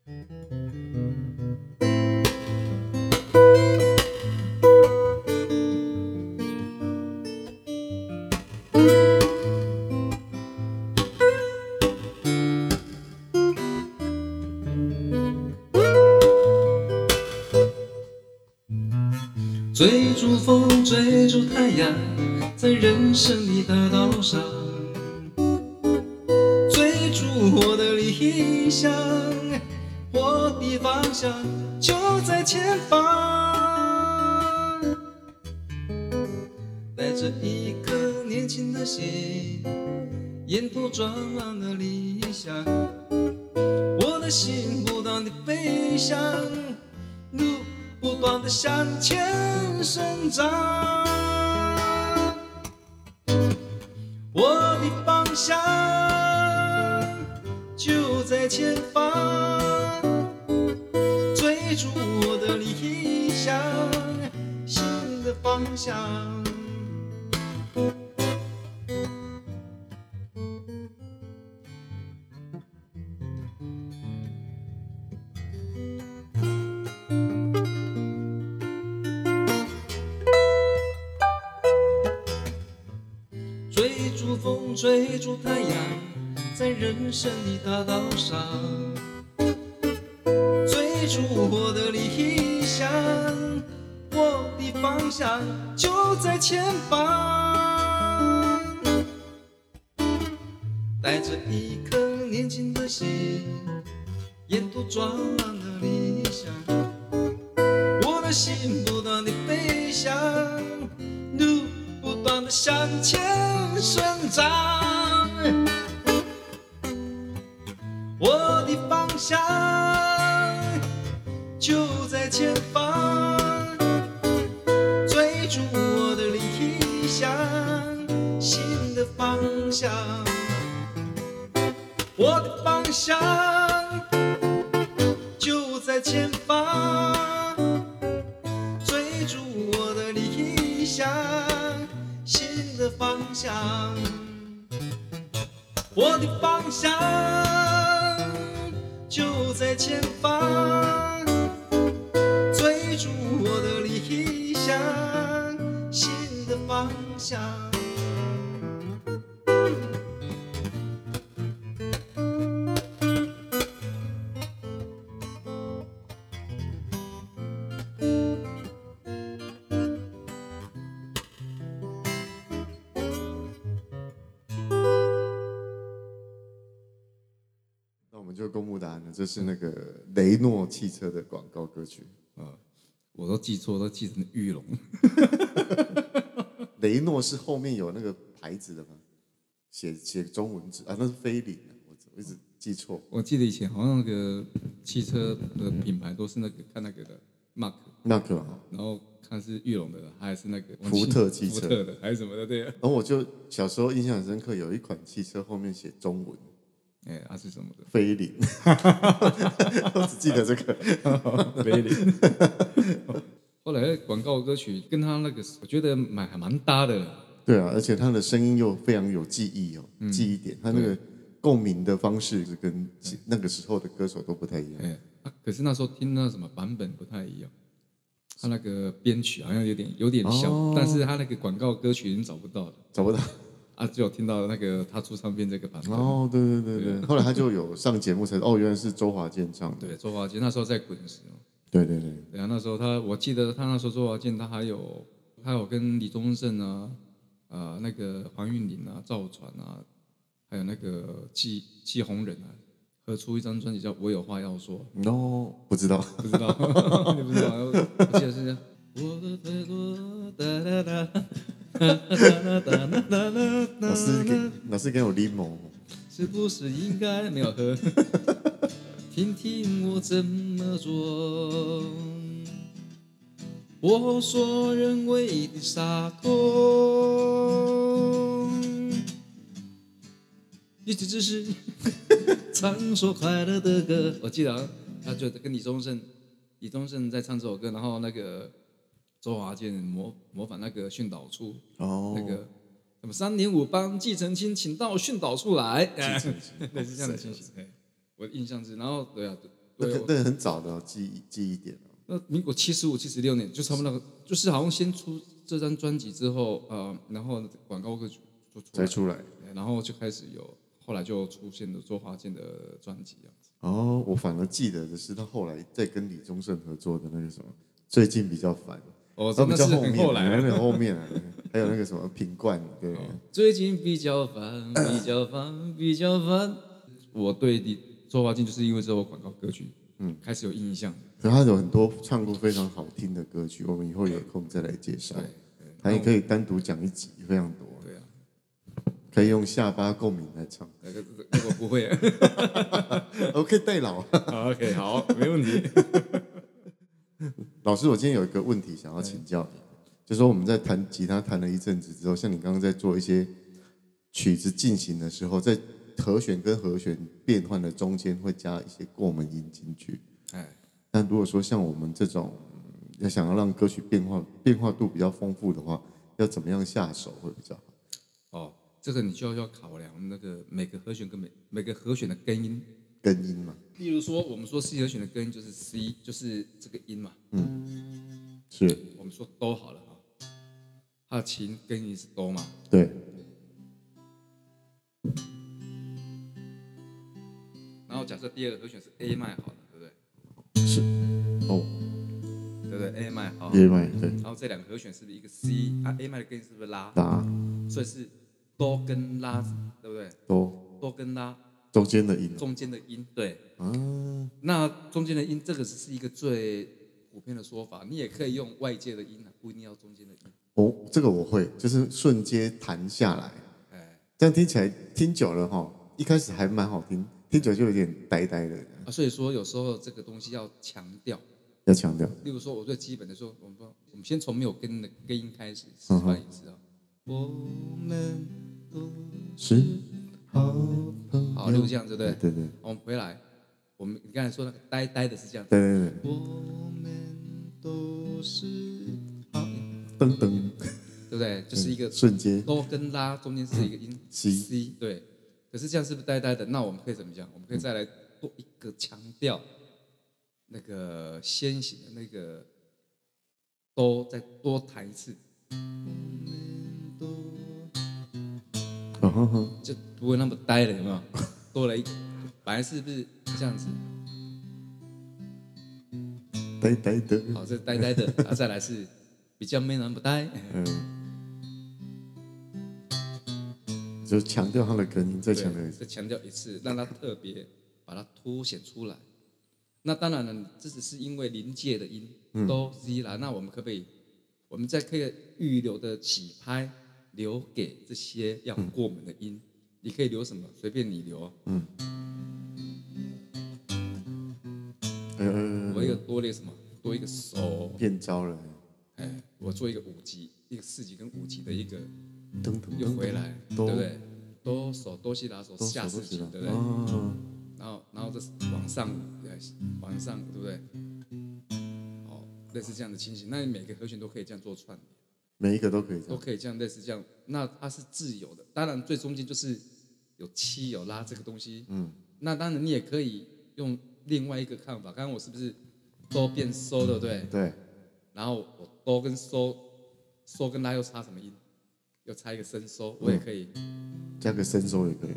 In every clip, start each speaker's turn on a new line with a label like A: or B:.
A: 追逐风，追逐太阳，在人生的大道上，追逐我的理想，我的方向就在前方。带着一颗年轻的心，沿途转弯的理想，我的心不断地飞翔，路不断地向前生长，我的方向就在前方，追逐我的理想，新的方向。追逐风，追逐太阳，在人生的大道上，追逐我的理想，我的方向就在前方。带着一颗年轻的心，沿途转弯的理想，我的心不断地飞翔，路不断地向前生长，我的方向就在前方，追逐我的理想，新的方向，我的方向就在前方，追逐我的理想，新的方向，我的方向就在前方，追逐我的理想，新的方向。
B: 那我们就公布答案了，这是那个雷诺汽车的广告歌曲。
A: 我都记错，都记成玉龙。
B: 雷诺是后面有那个牌子的吗？写中文字啊，那是菲林，我一直记错。
A: 我记得以前好像那个汽车的品牌都是那个看那个的 Mark，
B: 那个
A: 然后看是玉龙的，还是那个
B: 福特汽车
A: 福特的，还是什么的，对啊。
B: 然后我就小时候印象很深刻，有一款汽车后面写中文，
A: 它是什么的？
B: 菲林，我只记得这个
A: 菲林。后来广告歌曲跟他那个，我觉得还蛮搭的。
B: 对啊，而且他的声音又非常有记忆记忆点，他那个共鸣的方式是跟那个时候的歌手都不太一样。
A: 可是那时候听那什么版本不太一样，他那个编曲好像有点小，但是他那个广告歌曲已经找不到了，
B: 找不到
A: 只有听到那个他出唱片这个版本。
B: 对，后来他就有上节目才原来是周华健唱的。
A: 对，周华健那时候在滚石。
B: 对
A: 啊，那时候我记得他那时候周华健他还有跟李宗盛啊，那个黄韵玲啊、赵传啊，还有那个季红人啊，合出一张专辑叫《我有话要说》。
B: 不知道，
A: 你不知道？我记得是这样。我的太多哒哒哒，
B: 老师给我 limo，
A: 是不是应该没有喝？听听我怎么做，我所认为的洒脱，也只是唱首快乐的歌。我记得他就跟李宗盛在唱这首歌，然后那个周华健模仿那个训导处，那个什么3.5班计程请到训导处来，类似这样的情形。我印象是，然后对啊，
B: 那个很早的记忆点了。
A: 那民国75、76年就差不多那个，就是好像先出这张专辑之后，然后广告歌曲就
B: 才出来。
A: 然后就开始有，后来就出现了周华健的专辑这样子。
B: 哦，我反而记得的是他后来在跟李宗盛合作的那个什么，最近比较烦。
A: 哦，真的是很后来，
B: 很后面啊，还有那个什么品冠，对。
A: 最近比较烦，比较烦，比较烦。我对周华健就是因为这首广告歌曲，开始有印象。
B: 可他有很多唱过非常好听的歌曲，我们以后有空再来介绍。他也可以单独讲一集，非常多。
A: 对啊，
B: 可以用下巴共鸣来唱。
A: 那个我不会。
B: 我可以代劳。
A: OK， 好，没问题。
B: 老师，我今天有一个问题想要请教你，就是说我们在弹吉他弹了一阵子之后，像你刚刚在做一些曲子进行的时候，在和弦跟和弦变换的中间会加一些过门音进去。那如果说像我们这种要想要让歌曲变化度比较丰富的话，要怎么样下手会比较好？
A: 哦，这个你就要考量那个每个和弦跟每个和弦的根音。
B: 根音嘛。
A: 例如说，我们说 C 和弦的根音就是 C， 就是这个音嘛。
B: 是。
A: 我们说哆好了啊，它的琴根音是哆嘛。
B: 对。
A: 然后假设第二个和弦是 A 麦好了，对不对？
B: 是。哦。
A: 对不对 ？A 麦好。
B: A 麦对。
A: 然后这两个和弦是不是一个 C 啊 ？A 麦的根音是不是拉？
B: 拉。
A: 所以是哆跟拉，对不对？哆跟拉。
B: 中间的音。
A: 中间的音，对。那中间的音，这个只是一个最普遍的说法，你也可以用外界的音啊，不一定要中间的音。
B: 哦，这个我会，就是瞬间弹下来。这样听起来听久了哈，一开始还蛮好听，听久就有点呆呆的。
A: 所以说有时候这个东西要强调。
B: 要强调。
A: 例如说，我最基本的说，我们先从没有根的根音开始示范一次啊。我们都是好朋友。好，就是这样，对不对？
B: 对对。
A: 我们回来，你刚才说那个呆呆的是这样。
B: 对对对。
A: 我们都是好。
B: 噔噔。
A: 对不对？就是一个
B: 瞬间。
A: 哆跟拉中间是一个音 C， 对。可是这样是不是呆呆的？那我们可以怎么讲？我们可以再来多一个强调。那个先行的那个哆，再多弹一次，就不会那么呆了，有没有？多了一，本来是不是这样子？
B: 呆呆的。
A: 好，这呆呆的，再来是比较没那么呆。
B: 就强调它的根音，再强调一次，
A: 再强调一次，让它特别把它凸显出来。那当然了，这只是因为临界的音哆 C 啦。那我们可不可以，我们再可以预留的起拍留给这些要过门的音？你可以留什么？随便你留。我一个多列什么？多一个手。
B: 变招了。
A: 我做一个5级，一个4级跟5级的一个，
B: 又
A: 回来，对不对？哆手哆西拉手下4级，对不对？然后这是往上，对不对？类似这样的情形，那你每个和弦都可以这样做串联，
B: 每一个都可以这样，
A: 都可以这样类似这样。那它是自由的，当然最中间就是有七有拉这个东西。那当然你也可以用另外一个看法。刚刚我是不是哆变嗦，对不对？
B: 对。
A: 然后我哆跟嗦跟拉又差什么音？又差一个升嗦，我也可以
B: 加个升嗦也可以。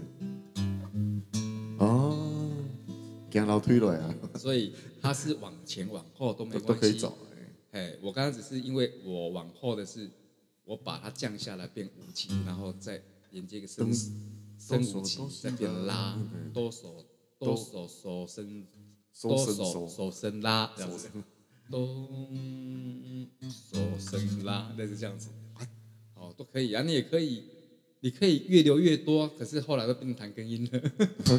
B: 给老推了呀，
A: 所以它是往前往后都没关系，
B: 都可以走。
A: 我刚刚只是因为我往后的是，我把它降下来变5级，然后再连接一个升5级，再变拉哆手手升手升拉这样子，哆手升拉类似这样子，都可以啊。你也可以，你可以越留越多，可是后来都变成弹根音了。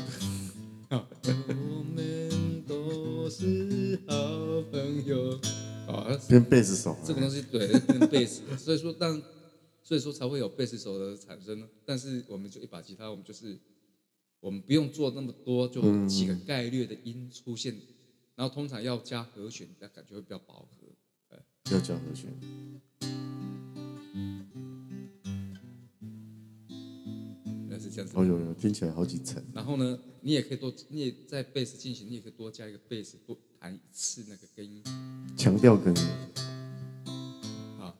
A: 我们都是好朋友。
B: 变贝斯手，
A: 这个东西对，变贝斯，所以说才会有贝斯手的产生。但是我们就一把吉他，我们不用做那么多，就几个概略的音出现，然后通常要加和弦，那感觉会比较饱和。
B: 要加和弦。
A: 那是是这样子。
B: 哦，有听起来好几层。
A: 然后呢，你也在贝斯进行，你也可以多加一个贝斯，多弹一次那个根音，
B: 强调根音。
A: 啊，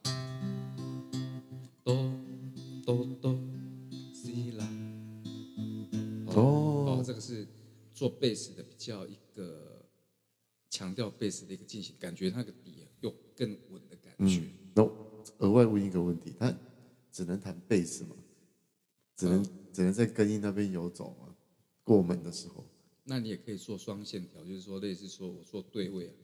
A: 哆哆哆西啦。哦，这个是做贝斯的比较一个强调贝斯的一个进行，感觉那个底有更稳的感觉。
B: 那额外问一个问题，他只能弹贝斯吗？只能在根音那边游走吗？过门的时候？
A: 那你也可以做双线条，就是说类似说我做对位啊，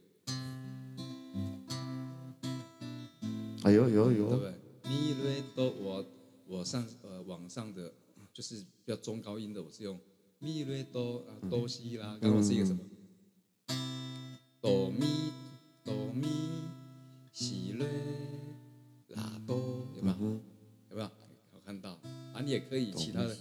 B: 哎有
A: 对不对？咪瑞哆，往上的就是比较中高音的，我是用咪瑞哆啊哆西啦，刚刚我是一个什么哆咪西瑞拉哆，有没有？有没有？有看到啊？你也可以其他的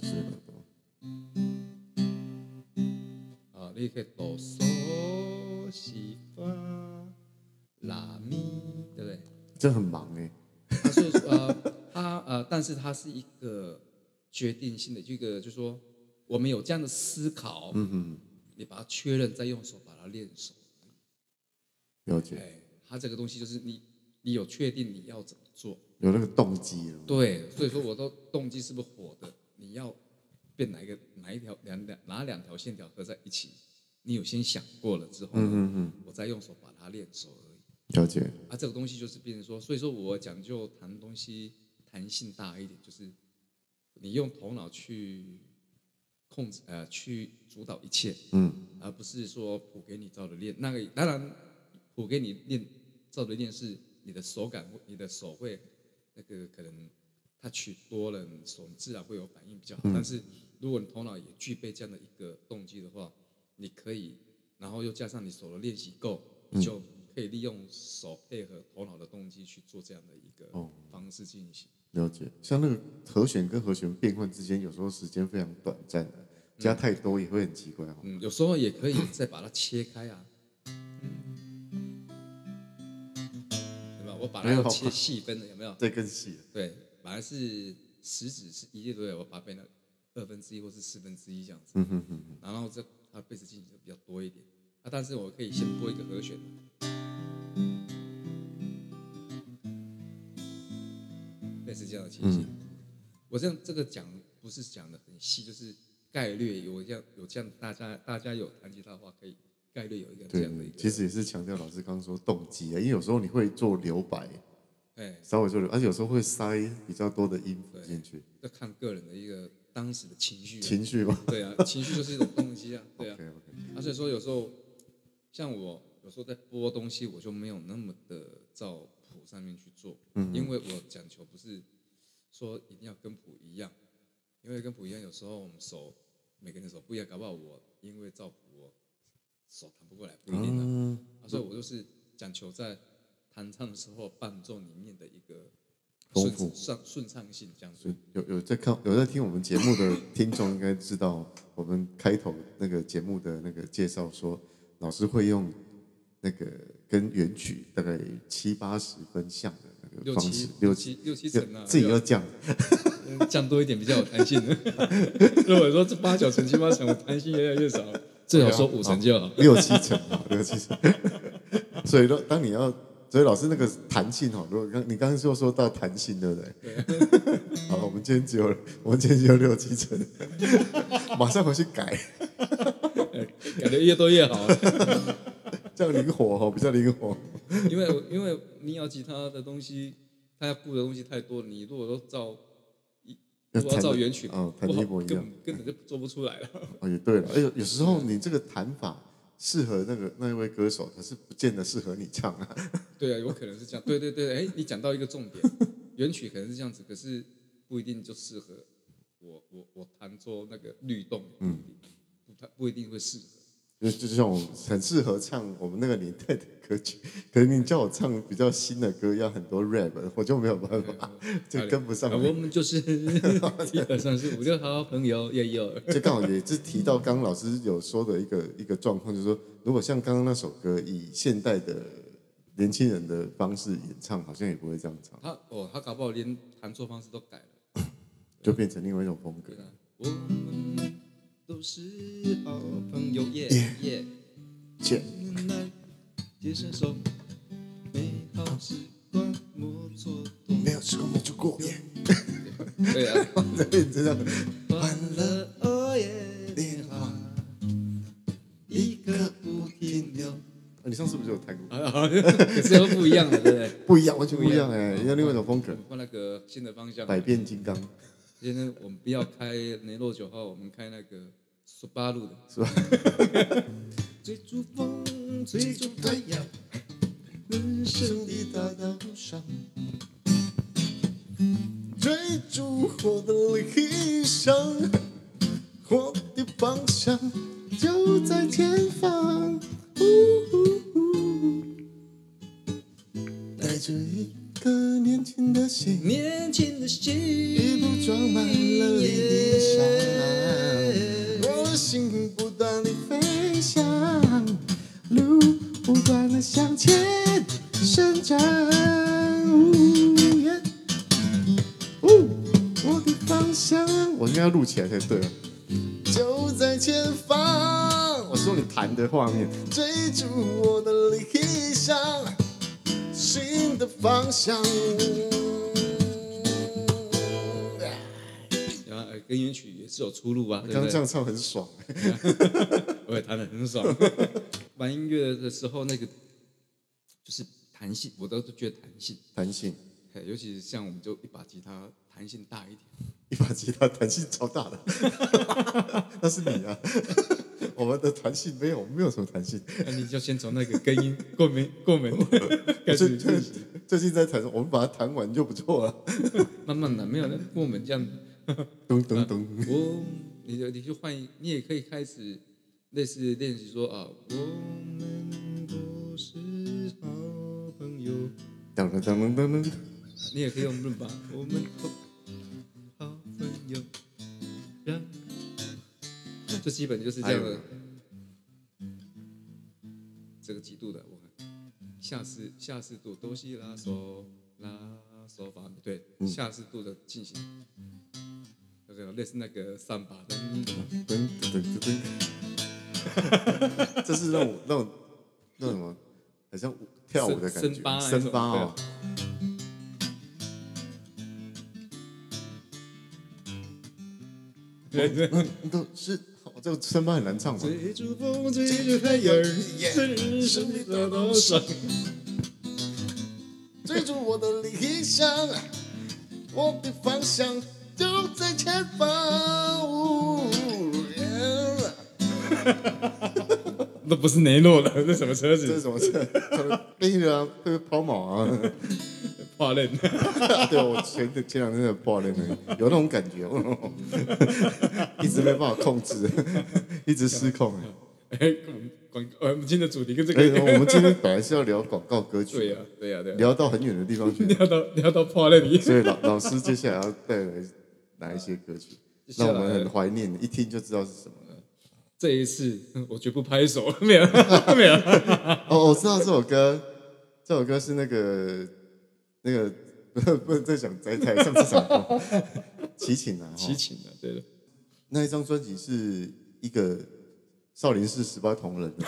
A: 啊，你也可以哆嗦西发拉咪，对不对？
B: 这很忙哎。
A: 所以但是它是一个决定性的，这个就是说我们有这样的思考，你把它确认，再用手把它练熟。
B: 了解。
A: 它这个东西就是你有确定你要怎么做，
B: 有那个动机了。
A: 对，所以说我的动机是不是火的？你要变哪一条哪两条线条合在一起？你有先想过了之后呢，我再用手把它练熟而已。
B: 了解。
A: 这个东西就是变成说，所以说我讲究弹东西弹性大一点，就是你用头脑去控制去主导一切，而不是说谱给你照着练。那个当然谱给你练照着练是你的手感，你的手会那个可能它取多了，手自然会有反应比较好。但是如果你头脑也具备这样的一个动机的话，你可以，然后又加上你手的练习够，你就可以利用手配合头脑的动机去做这样的一个方式进行。
B: 了解。像那个和弦跟和弦变换之间，有时候时间非常短暂的，加太多也会很奇怪哦。
A: 有时候也可以再把它切开啊，对吧？我把它要切细分的，有没有？
B: 这更细了。
A: 对，本来是食指是1，对不对？我把它变成1/2或是1/4这样子。然后它贝斯进行的比较多一点。但是我可以先拨一个和弦，类似这样的情形。我这个讲不是讲的很细，就是概略有这样，大家有弹吉他的话，可以概略有一个这样的一个。
B: 其实也是强调老师刚刚说动机啊，因为有时候你会做留白，
A: 哎，
B: 稍微做留，而且有时候会塞比较多的音符进去。
A: 要看个人的一个当时的情绪。
B: 情绪吗？
A: 对啊，情绪就是一种动机啊，对啊。所以说有时候像我有时候在播东西，我就没有那么的照谱上面去做，因为我讲求不是说一定要跟谱一样，因为跟谱一样，有时候我们每个人手不一样，搞不好我因为照谱我手弹不过来，不一定的。所以我就是讲求在弹唱的时候伴奏里面的一个顺畅性这样子。
B: 有在听我们节目的听众应该知道，我们开头那个节目的那个介绍说，老师会用那个跟原曲大概70-80分像的那个方式，
A: 六七成啊，
B: 自己要降，
A: 降多一点比较有弹性。如果说这8、9成、7、8成，弹性越来越少，最好说5成就好
B: ，6、7成，6、7成。所以当你要。所以老师那个弹性哈，如果你刚刚说到弹性，对不对？
A: 对。
B: 好，我们今天只有6、7成，马上回去改，
A: 改得越多越好，
B: 这样灵活哈，比较灵活。
A: 因为民谣吉他的东西，它要顾的东西太多了，你如果要照原曲，
B: 弹一模一样，
A: 根本就做不出来了。
B: 也对了，有时候你这个弹法适合那一位歌手，可是不见得适合你唱啊。
A: 对啊，有可能是这样。对，你讲到一个重点，原曲可能是这样子，可是不一定就适合我弹奏那个律动，不一定会适合。
B: 就像我很适合唱我们那个年代的歌曲，可是你叫我唱比较新的歌，要很多 rap， 我就没有办法，就跟不上。
A: 我们就是基本上是5、6好朋友也有。
B: 就刚好也是提到刚刚老师有说的一个状况，就是说，如果像刚刚那首歌，以现代的年轻人的方式演唱，好像也不会这样唱。
A: 他搞不好连弹奏方式都改了，
B: 就变成另外一种风格。
A: 我们都是好朋友，耶耶，
B: 切，
A: 来接伸手，美好时光莫蹉跎。
B: 没有吃过没做过耶，
A: 对啊，
B: 这边这样，
A: 欢乐哦耶，莲花一个不停留。
B: 你上次不是有弹过？
A: 可是又不一样了，对不对？
B: 不一样，完全不一样哎，要另外一种风格，
A: 换那个新的方向。
B: 百变金刚
A: 现在我们不要开雷诺9号，我们开那个苏巴路的，
B: 是吧？
A: 追逐风，追逐太阳，人生的大道上，
B: 追逐我的理想，我的方向就在前方。带着一颗年轻的心，
A: 年轻的心，
B: 一路装满了理想，我的心不断地飞翔，路不断地向前生长。我的方向，我应该要录起来才对啊。就在前方，我说你弹的画面，追逐我的理想，新的方向。
A: 然后跟原曲也是有出入啊，对不对？
B: 刚刚这样唱很爽，
A: 我也弹得很爽。玩音乐的时候，那个就是弹性，我都觉得弹性，
B: 弹性，
A: 尤其是像我们就一把吉他，弹性大一点。
B: 一把吉他弹性超大的，那是你啊。我们的弹性没有，我们没有什么弹性。
A: 那你就先从那个根音过门开始练习，
B: 最近在弹，我们把它弹完就不错了。
A: 慢慢的，没有那过门这样。
B: 咚咚咚，
A: 你就换，你也可以开始类似练习说啊，我们都是好朋友。
B: 当当当当当，
A: 你也可以用润吧，我们都好朋友。这基本就是这样的。这个几度的，我看下四度哆西拉嗦发咪，对，下四度的进行，就是类似那个三把的，
B: 噔噔噔噔，这是那种什么，很像跳舞的感觉，森巴哦。都是这个森巴很难唱嘛。
A: 追逐风，追逐太阳，人生的大道上，
B: 追逐我的理想，我的方向就在前方。
A: 那不是雷诺了，这什么车子？
B: 这是什么车？飞的啊，会抛锚啊。
A: 画链。
B: 对，我前两天在破链而已，有那种感觉，一直没办法控制，一直失控。
A: 我们今天的主题跟这个，
B: 我们今天本来是要聊广告歌曲，
A: 对呀，
B: 聊到很远的地方去，
A: 聊到破链里。
B: 所以老师接下来要带来哪一些歌曲，让我们很怀念，一听就知道是什么。
A: 这一次我绝不拍手，没有。
B: 哦，我知道这首歌是那个不能再讲在台上这场过，齐秦啊，
A: 齐秦啊，对的。
B: 那一张专辑是一个少林寺18铜人，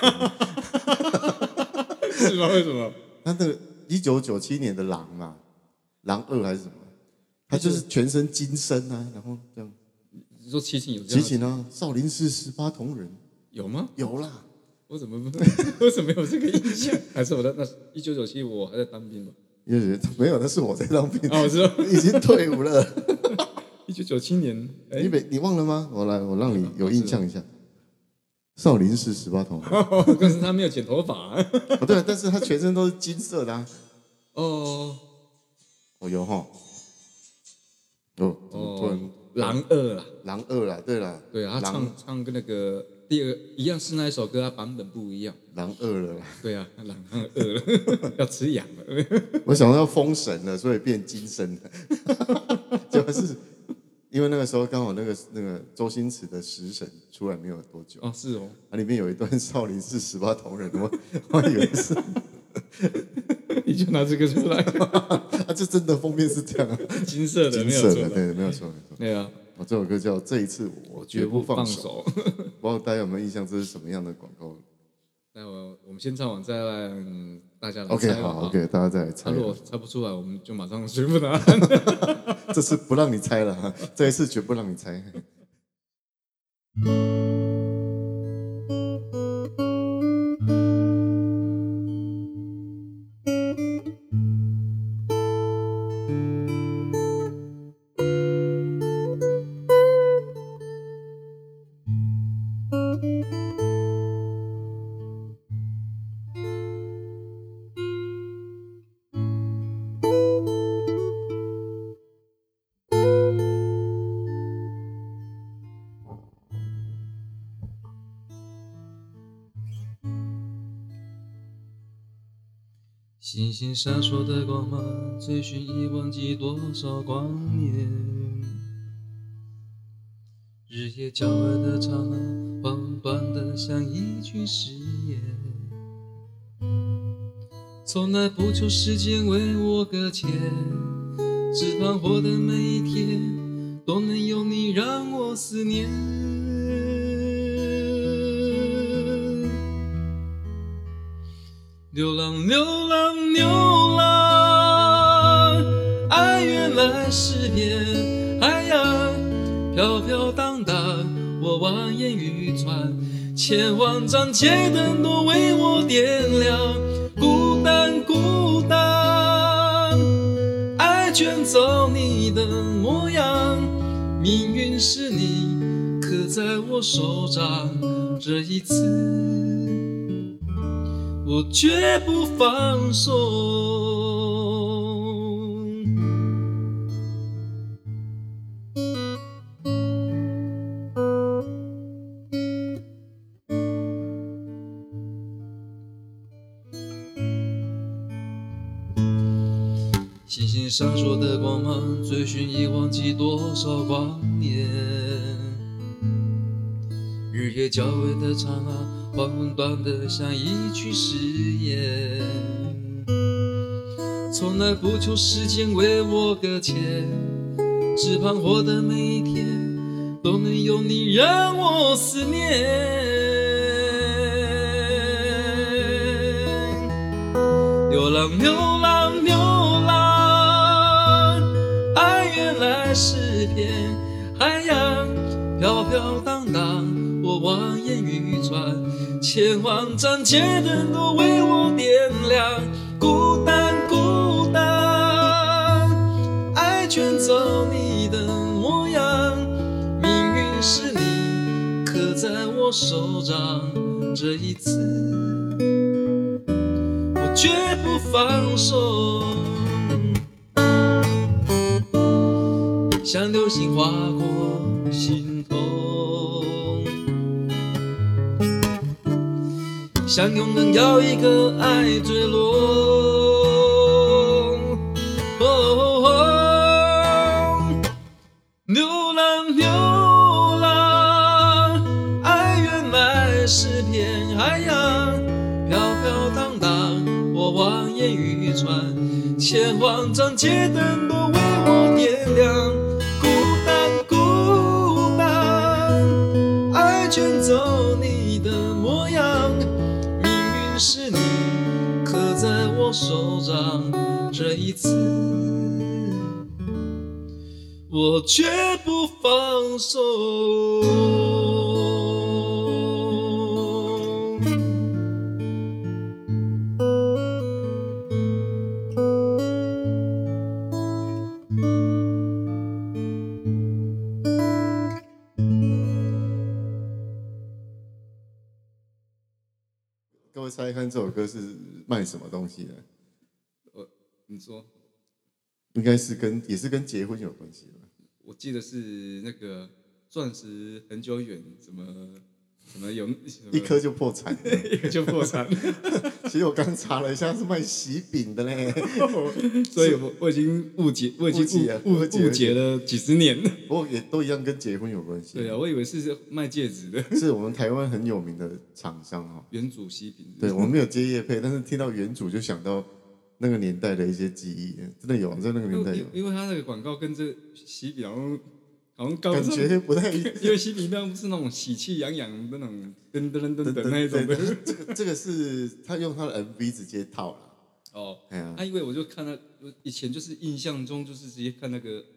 A: 是吗？为什么？
B: 他那个1997年的狼嘛，狼2还是什么？他就是全身金身啊，然后这样。
A: 你说齐秦有这样？
B: 齐秦啊，少林寺18铜人
A: 有吗？
B: 有啦。
A: 我怎么为什么有这个印象？还是我那1997我还在当兵嘛？
B: 没有，那是我在当兵。
A: 哦，我知道，
B: 已经退伍了。
A: 1997年，
B: 你忘了吗？我让你有印象一下。少林寺18铜人，
A: 可是他没有剪头发。
B: 哦，对，但是他全身都是金色的啊。
A: 哦，
B: 有哈。突然
A: 狼2啦，
B: 狼2啦，对啦，
A: 对啊，他唱跟那个第二一样是那一首歌，他版本不一样。
B: 狼2了啦。对
A: 啊，狼2了，要吃羊了。
B: 我想要封神了，所以变金身了。就是因为那个时候刚好那个周星驰的《食神》出来没有多久。
A: 哦，是哦。
B: 里面有一段少林寺18铜人，我以为是。
A: 你就拿这个出来。
B: 这真的封面是这样啊，
A: 金色的，
B: 金色的，对，没有错。
A: 对啊，
B: 哦，这首歌叫《这一次我绝不放手》，
A: 手。
B: 不知道大家有没有印象，这是什么样的广告
A: 那我们先唱完，再让大家来
B: ？OK，
A: 猜
B: 好，OK，大家再来猜。
A: 如果猜不出来，我们就马上宣布答案。
B: 这次不让你猜了哈，这一次绝不让你猜。
A: 星星闪烁的光芒，追寻已忘记多少光年。日夜交汇的刹那，缓缓短的像一句誓言。从来不求时间为我搁浅，只盼活的每一天都能有你让我思念。流浪，流浪，流浪，爱原来是片海洋，飘飘荡荡，我望眼欲穿，千万盏街灯都为我点亮。孤单，孤单，爱卷走你的模样，命运是你刻在我手掌，这一次我绝不放手。星星闪烁的光芒，追寻已忘记多少光年。日夜交汇的长啊，缓缓短的像一句誓言。从来不求时间为我搁浅，只盼活的每一天都能有你让我思念。流浪，流浪，流浪，爱原来是片海洋，飘飘荡荡，我望眼欲穿，千万盏街灯都为我点亮。孤单，孤单，爱卷走你的模样，命运是你刻在我手掌，这一次我绝不放手。像流星划过心头，像永恒要一个爱坠落。流浪，流浪，爱原来是片海洋，飘飘荡荡，我望眼欲穿，千万盏街灯都为我点亮。孤单，爱卷走你的模样，命运是你刻在我手掌，这一次我绝不放手。
B: 各位猜看这首歌是卖什么东西的？
A: 你说，
B: 应该是也是跟结婚有关系吧？
A: 我记得是那个钻石很久远，什么有
B: 一颗就破产，
A: 一个就破产。
B: 其实我刚查了一下，是卖喜饼的嘞。
A: 所以我已经误解了几十年。
B: 不过也都一样，跟结婚有关系。
A: 对啊，我以为是卖戒指的。
B: 是我们台湾很有名的厂商哦，
A: 原主喜饼。
B: 对，我们没有接业配，但是听到原主就想到那个年代的一些记忆，真的有，在那个年代有。
A: 因为他那个广告跟这喜饼好像高
B: 感觉不太一样。
A: 因为嬉皮那是那种喜气洋洋的那种噔噔噔噔的那一种的。
B: 这个是他用他的 MV 直接套了。
A: 哦，
B: 哎呀，
A: 因为我就看到，以前就是印象中就是直接看那个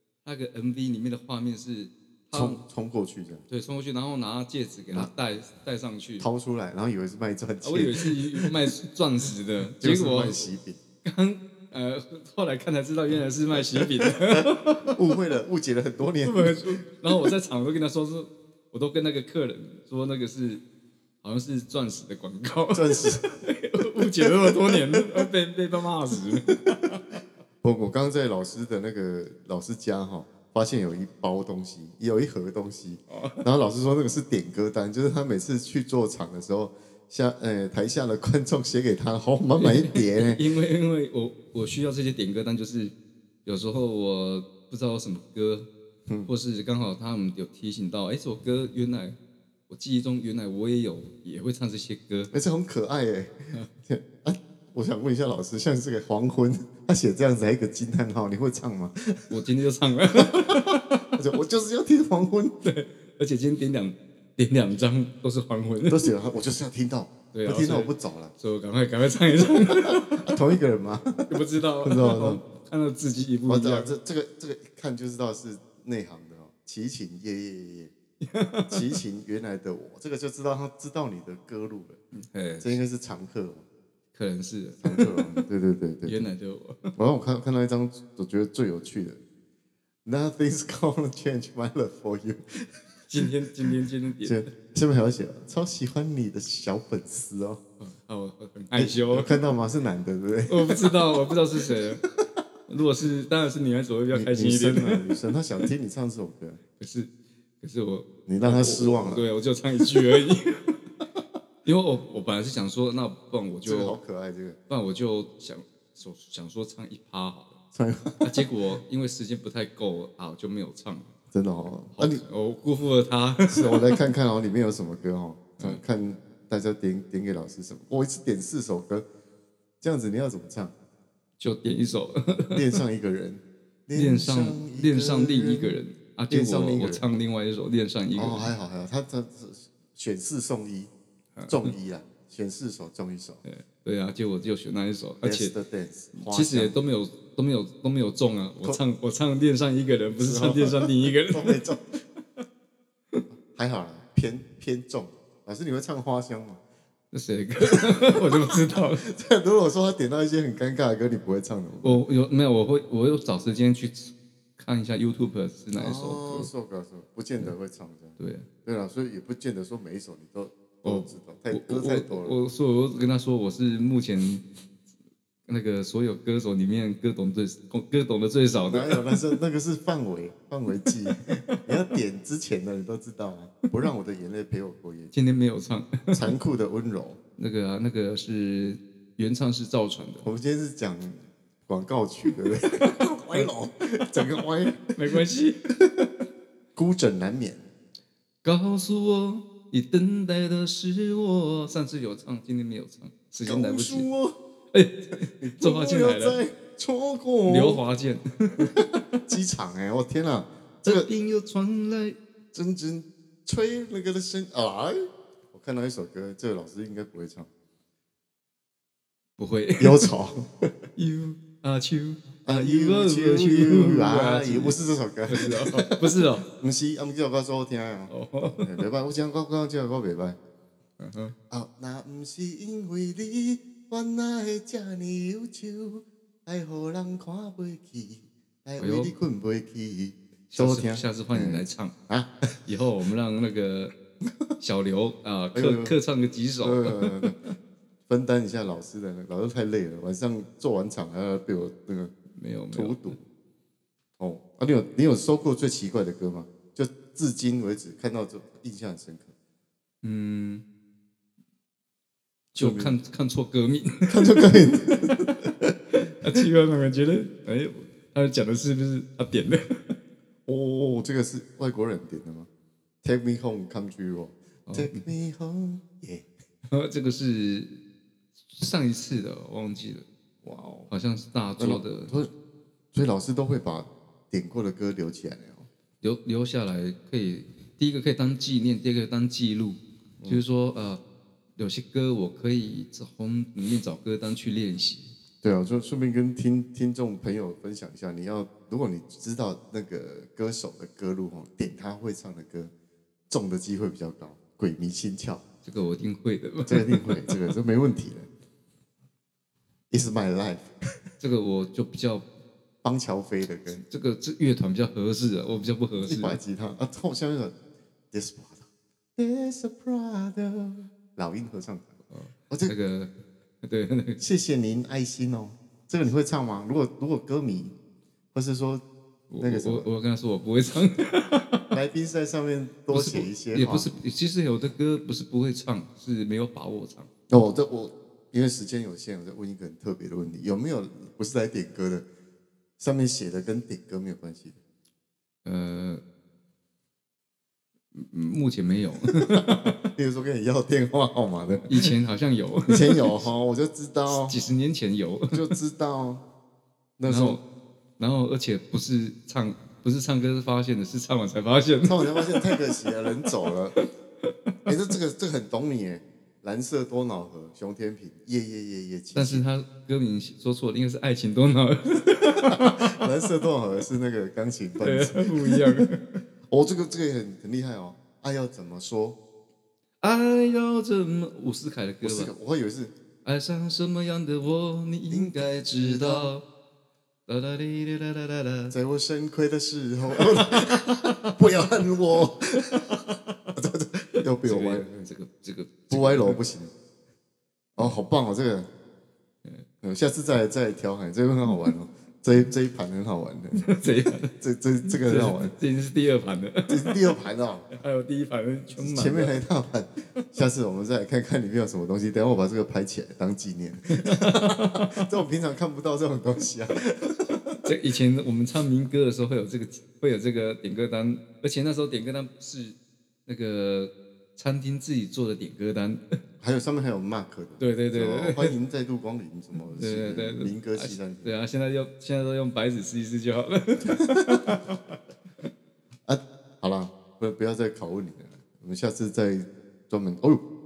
A: MV 里面的画面是
B: 冲过去这样，
A: 对，冲过去，然后拿戒指给他戴上去，
B: 掏出来，然后以为是卖钻戒，
A: 我以为是卖钻石的，结
B: 就是
A: 果
B: 卖喜饼，
A: 刚后来看才知道原来是卖喜饼的，
B: 误会了，误解了很多年。
A: 然后我在场都跟他说我都跟那个客人说那个是好像是钻石的广告，
B: 钻石，
A: 误解了那么多年，被他骂死。
B: 我刚刚在老师的那个老师家哈，发现有一包东西，有一盒东西，然后老师说那个是点歌单，就是他每次去做场的时候，台下的观众写给他，好满满一叠呢。
A: 因为我需要这些点歌单，就是有时候我不知道什么歌，或是刚好他们有提醒到，这首歌原来我记忆中原来我也会唱这些歌，
B: 这很可爱哎。啊，我想问一下老师，像这个黄昏，他写这样子还有一个惊叹号，你会唱吗？
A: 我今天就唱了，
B: 我就是要听黄昏，
A: 对，而且今天点两张都是黄昏，
B: 都写了，我就是要听到，
A: 对啊，
B: 不听到我不走了。
A: 所以我赶快唱一唱，
B: 同一个人吗？
A: 不知道，
B: 不知道，
A: 看到字迹不
B: 我知道，
A: 一样，
B: 这个一看就知道是内行的哦。齐秦夜夜夜，齐秦原来的我，这个就知道他知道你的歌路了。这应该是常客哦，
A: 可能是
B: 常客哦。对。
A: 原来的我，
B: 然后我看到一张，我觉得最有趣的，Nothing's gonna change my love for you。
A: 今天点，
B: 下面还要写，超喜欢你的小粉丝哦。
A: 我很害羞，
B: 有看到吗？是男的，对不对？
A: 我不知道是谁。如果是，当然是女孩子会比较开心一点。
B: 女生她想听你唱这首歌，
A: 可是
B: 你让她失望了。
A: 对，我就唱一句而已。因为我本来是想说，那不然我就
B: 这个好可爱，这个
A: 不然我就想说唱一趴好了。
B: 唱
A: 结果因为时间不太够啊，我就没有唱。
B: 真的哦。
A: 我辜负了他。
B: 是，我来看看哦，里面有什么歌哦？看大家点给老师什么。我一次点4首歌，这样子你要怎么唱？
A: 就点一首，
B: 恋上一个人，
A: 恋上另一个人啊，结果我唱另外一首恋上一个人。
B: 哦，还好，他选4送1，中1啦，选4首中1首。
A: 对啊，结果就选那一首，而且
B: Dance，
A: 其实也都没有中啊。我唱恋上一个人，不是唱恋上另一个人，
B: 都没中。还好啦，偏重。老师，你会唱花香吗？
A: 那谁的歌我就不知道了。
B: 如果说他点到一些很尴尬的歌，你不会唱的吗？
A: 我有找时间去看一下 YouTube 是哪一首歌。
B: 首歌不见得会唱这样。对了，所以也不见得说每一首你都知道，歌太多了。
A: 我跟他说我是目前那个所有歌手里面歌懂的最少的。
B: 哪有？那个是范围计，你要点之前的你都知道啊。不让我的眼泪陪我过夜。
A: 今天没有唱。
B: 残酷的温柔。
A: 那个是原唱是赵传的。
B: 我们今天是讲广告曲，对不对？歪楼，整个歪，
A: 没关系。
B: 孤枕难眠。
A: 告诉我，你等待的是我。上次有唱，今天没有唱，时间来不及。周华健来了，
B: 错过
A: 刘华健。
B: 机场我天哪，
A: 这边又传来
B: 阵阵吹那个的声哎，我看到一首歌，这个老师应该不会唱，
A: 不会。
B: 忧愁。
A: You are you
B: are you 啊，也不是这首歌，
A: 不是哦，
B: 不是，这首歌好听啊。袂歹，我讲这首歌袂歹。那不是因为你，原来会这么忧愁，爱予人看袂起，爱为你困袂起。
A: 下次换你来唱啊！以后我们让那个小刘啊客唱个几首，
B: 分担一下老师的。老师太累了，晚上做完场还要被我那个
A: 没有
B: 荼毒。你有收过最奇怪的歌吗？就至今为止看到这印象很深刻。
A: 就看错歌名，
B: 看错歌名。
A: 奇怪，我觉得他讲的是不是他点的？
B: 这个是外国人点的吗 ？Take me home, country road. Take me home, yeah.
A: 这个是上一次的，忘记了。哇哦，好像是大作的。
B: 所以老师都会把点过的歌留起来哦。
A: 留下来，可以第一个可以当纪念，第二个当记录，就是说有些歌我可以从里面找歌单去练习。
B: 对啊，就顺便跟听众朋友分享一下，如果你知道那个歌手的歌路点他会唱的歌，中的机会比较高，鬼迷心窍。
A: 这个我一定会的。
B: 这个一定会，这没问题的。It's my life。
A: 这个我就比较
B: 邦乔飞的歌，
A: 这乐团比较合适啊，我比较不合适。
B: 一把吉他啊，后下面的 Desperado，老鹰合唱团。哦，
A: 这个对，那个
B: 谢谢您爱心哦。这个你会唱吗？如果歌迷，或是说那个什么，
A: 我跟他说我不会唱。
B: 来宾在上面多写一些，
A: 也不是，其实有的歌不是不会唱，是没有把握唱。
B: 哦，我因为时间有限，我再问一个很特别的问题：有没有不是来点歌的，上面写的跟点歌没有关系的？
A: 目前没有。
B: 比如说跟你要电话号码的，
A: 以前好像有，
B: 以前有哈，我就知道，
A: 几十年前有，
B: 就知道。那时候，
A: 然后而且不是唱歌发现的，是唱完才发现。
B: 唱完才发现太可惜了，人走了。哎，这个很懂你哎。蓝色多瑙河，熊天平，夜夜夜夜。
A: 但是他歌名说错了，应该是爱情多瑙河。
B: 蓝色多瑙河是那个钢琴伴奏，
A: 不一样。
B: 哦，这个也很厉害哦。爱要怎么说？
A: 爱要怎么？伍思凯的歌吧。
B: 我会以为是
A: 爱上什么样的我，你应该知道。
B: 在我肾亏的时候，不要恨我。又被我歪了，
A: 这个
B: 不歪楼不行。哦，好棒哦，这个，下次再调侃，这个很好玩哦。这一盘很好玩的，这个很好玩。
A: 这已经是第二盘了，
B: 这是第二盘哦。
A: 还有第一盘全满，
B: 前面还一大盘。下次我们再来看看里面有什么东西。等一下我把这个拍起来当纪念。这种平常看不到这种东西啊。
A: 这以前我们唱民歌的时候会有这个点歌单，而且那时候点歌单是那个餐厅自己做的点歌单，
B: 上面还有 mark 的，
A: 对，
B: 欢迎再度光临什么，
A: 对，
B: 民歌西餐厅，
A: 对啊，现在都用白纸撕一撕就好了。
B: 啊，好了，不要再拷问你了，我们下次再专门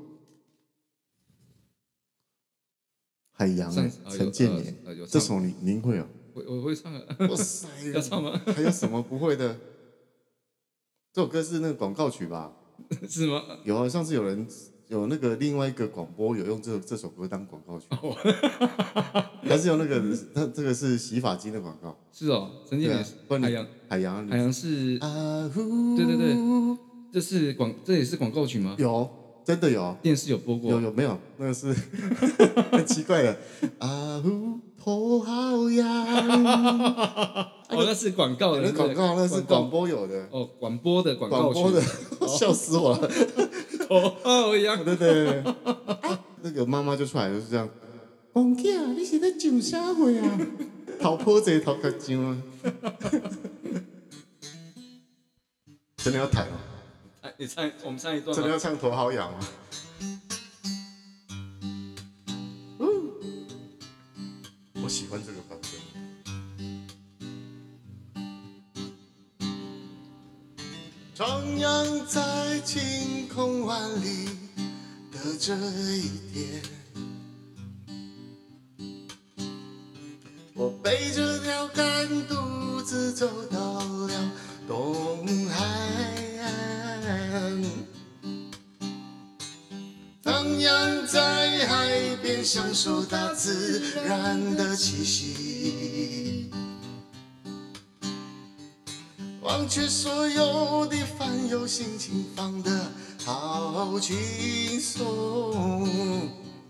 B: 海洋陈建年，这首您会啊？
A: 我会唱啊。
B: 哇塞，
A: 要唱吗？
B: 还有什么不会的？这首歌是那个广告曲吧？
A: 是吗？
B: 有啊，上次有那个另外一个广播有用这首歌当广告曲，还是有那个这个是洗发精的广告。
A: 是哦，陈建年海洋是对，这也是广告曲吗？
B: 有，真的有，
A: 电视有播过。
B: 有没有？那个是很奇怪的。阿呼头好痒。
A: 那是广告的，
B: 那是广播有的。
A: 哦，广播的广告曲，
B: 笑死我了。
A: 头好痒。
B: 对。那个妈妈就出来就是这样。王囝，你是在上啥货啊？头破这头壳上啊。真的要弹哦。
A: 我们唱一段。
B: 真的要唱头好痒吗？我喜欢这个版本。徜徉在晴空万里的这一天，我背着条杆独自走到了东海岸，徜徉在海边享受大自然的气息，忘却所有的烦忧，心情放得好轻松。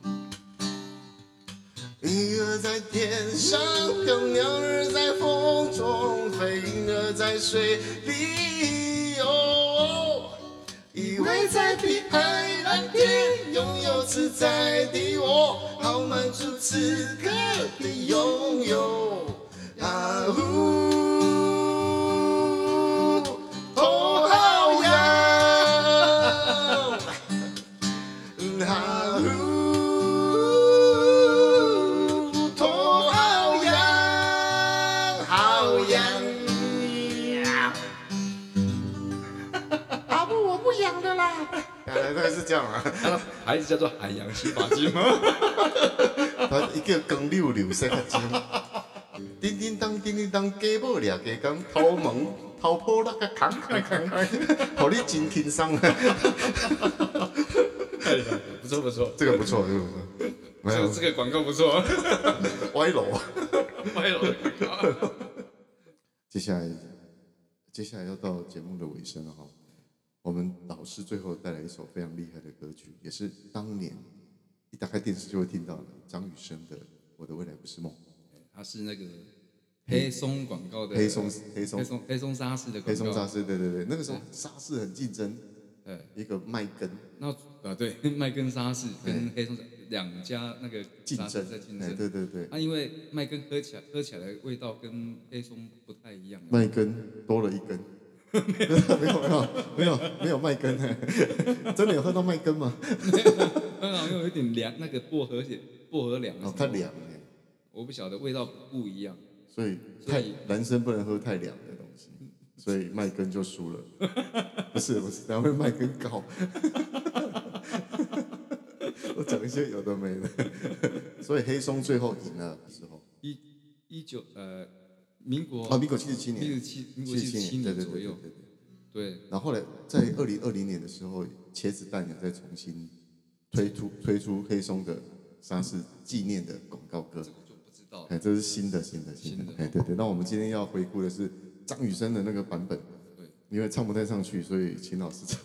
B: 鱼儿在天上飘，鸟儿在风中飞，鹰儿在水里游。依偎在碧海蓝天，拥有自在的我，好满足此刻的拥有。啊呜！头好痒，啊呜！头好痒，好痒。
A: 孩子叫做海洋洗发精吗？
B: 他一个光溜溜洗发精，叮叮当叮叮当，家母掠家工，头毛头破那个扛扛扛，互你真轻松。
A: 不错不错，
B: 这个不错，这个不错。没有
A: 这个广告不错，
B: 歪楼。
A: 歪楼的广告。
B: 接下来要到节目的尾声了哈。我们老师最后带来一首非常厉害的歌曲，也是当年一打开电视就会听到的张雨生的《我的未来不是梦》。
A: 他是那个黑松广告的
B: 黑松
A: 沙士的广告。
B: 黑松沙士，对对对，那个时候沙士很竞争，一个麦根。
A: 那对，麦根沙士跟黑松两家那个
B: 竞争
A: 在竞争。
B: 对对对。
A: 因为麦根喝起来的味道跟黑松不太一样。
B: 麦根多了一根。没有麦根。真的有喝到麦根吗？
A: 好像有一点凉，那个薄荷凉。
B: 哦，太凉了。
A: 我不晓得味道不一样。
B: 所以男生不能喝太凉的东西，所以麦根就输了。不是，然后麦根高。我讲一些有的没的。所以黑松最后赢了的时候，
A: 民国
B: 77年，
A: 民国77年左右。对。
B: 然后后来在2020年的时候，茄子蛋有再重新推出黑松的沙士纪念的广告歌。
A: 这我就不知道。
B: 这是新的。对。那我们今天要回顾的是张雨生的那个版本。
A: 对。
B: 因为唱不太上去，所以请老师唱。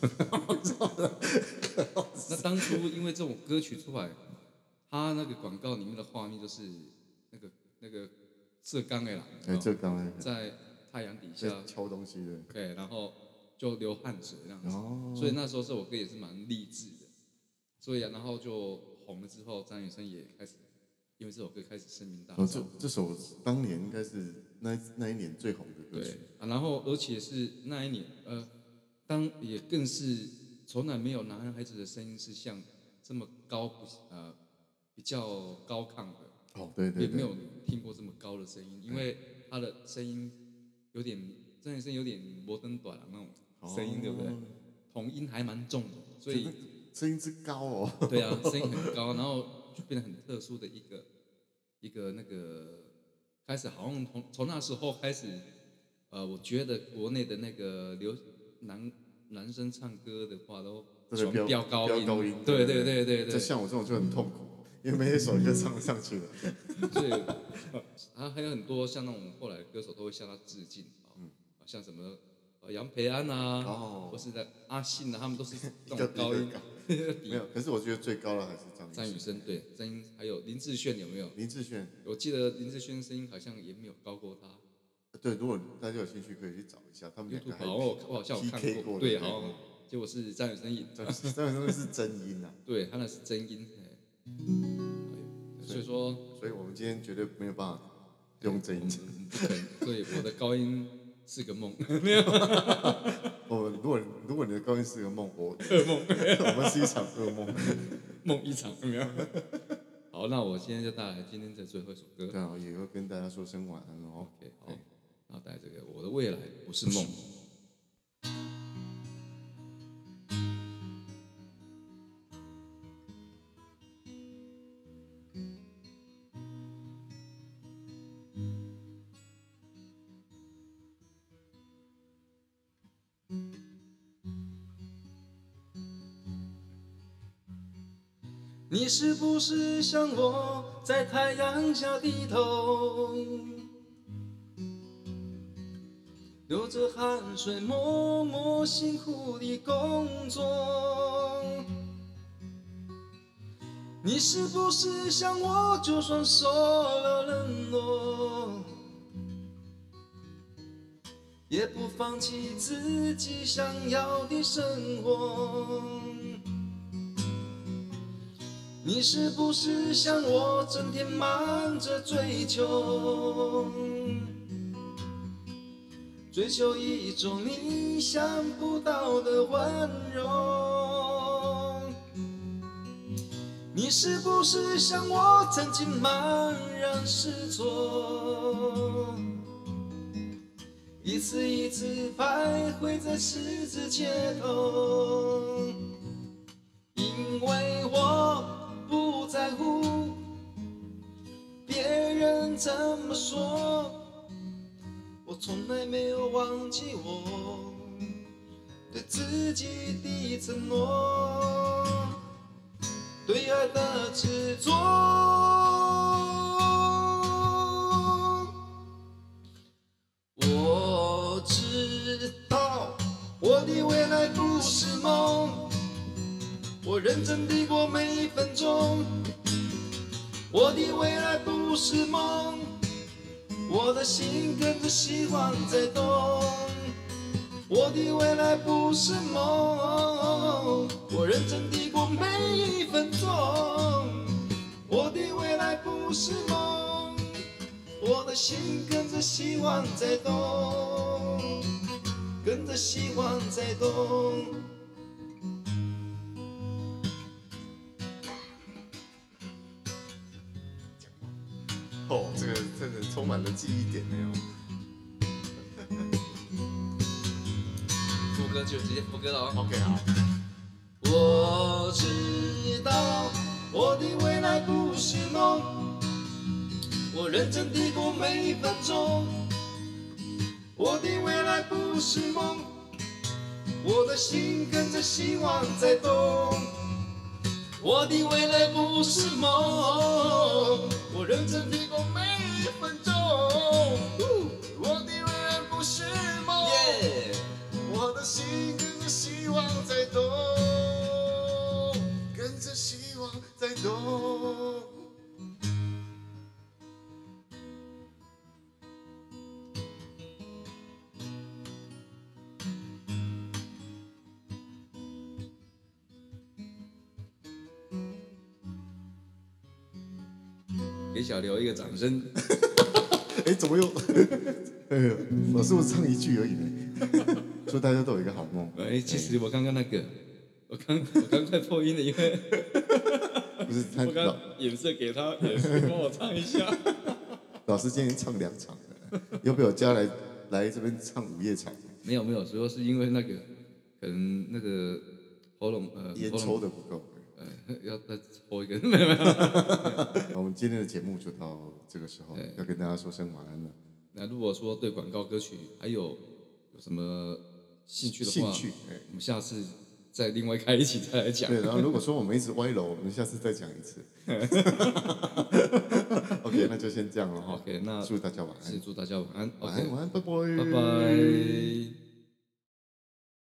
A: 那当初因为这种歌曲出来，他那个广告里面的画面就是那个浙江的啦，
B: 浙江
A: 在太阳底下
B: 敲东西的，
A: 对，然后就流汗水这样子。所以那时候这首歌也是蛮励志的。所以然后就红了之后，张雨生也开始因为这首歌开始声名大噪。
B: 这首当年应该是那一年最红的歌曲。
A: 对。然后而且是那一年，也更是从来没有男孩子的声音是像这么高，比较高亢的。
B: 对。
A: 也没有听过这么高的声音，因为他的声音张雨生有点摩登短那种声音，对不对？童音还蛮重的，所以
B: 声音之高哦。
A: 对啊，声音很高，然后就变得很特殊的一个那个开始，好像从那时候开始，我觉得国内的那个男生唱歌的话都全飙高音，对。
B: 这像我这种就很痛苦。因为每一首歌唱上去了。
A: 所以还有很多像那种后来的歌手都会向他致敬。像什么杨培安啊，或是阿信啊，他们都是这种高音。
B: 没有，可是我觉得最高的还是
A: 张雨生。对，声音还有林志炫有没有？
B: 林志炫，
A: 我记得林志炫声音好像也没有高过他。
B: 对，如果大家有兴趣可以去找一下，他们两个还
A: 我好像有看过。对，好像结果是张雨生赢。
B: 张雨生是真音啊。
A: 对，他那是真音。所以
B: 我们今天绝对没有办法用真音。
A: 不可能。所以我的高音是个梦。
B: 如果你的高音是个梦，
A: 噩梦。
B: 我们是一场噩梦。
A: 梦一场，有没有？好，那我今天就带来今天的最后一首歌。
B: 对啊，也会跟大家说声晚安哦。
A: OK， 好，然后带这个我的未来不是梦。你是不是像我在太阳下低头，流着汗水默默辛苦地工作？你是不是像我就算受了冷落，也不放弃自己想要的生活？你是不是像我整天忙着追求一种你想不到的温柔？你是不是像我曾经茫然失措，一次一次徘徊在十字街头？因为我不在乎别人怎么说，我从来没有忘记我对自己的承诺，对爱的执着。我知道我的未来不是梦，我认真地过每一分钟。我的未来不是梦，我的心跟着希望在动。我的未来不是梦，我认真地过每一分钟。我的未来不是梦，我的心跟着希望在动，跟着希望在动。
B: 哦，这个真的充满了记忆点没有？
A: 副歌就直接副歌了哦。
B: OK， 好。
A: 我知道我的未来不是梦，我认真地过每一分钟。我的未来不是梦，我的心跟着希望在动。我的未来不是梦，我认真地过每一分钟。
B: 我的未来不是梦，我的心跟着希望在动，跟着希望在动。
A: 给小刘一个掌声。
B: 哎，怎么又？我是不是唱一句而已呢？祝大家都有一个好梦。
A: 其实我刚刚那个，我刚快破音了，因为
B: 不是他
A: 我刚眼色给他，也是帮我唱一下。
B: 老师今天唱2场了，要不要加来这边唱午夜场？
A: 没有，主要是因为那个可能那个喉咙
B: 烟抽的不够。
A: 要再抽一根。
B: 我们今天的节目就到这个时候，要跟大家说声晚安了。
A: 那如果说对广告歌曲还有什么兴趣的话，我们下次再另外开一期再来讲。
B: 对，然后如果说我们一直歪楼，我们下次再讲一次。OK， 那就先这样了哈。
A: OK， 那
B: 祝大家晚安。
A: 是祝大家晚安。
B: 晚安，晚安，拜拜，
A: 拜拜。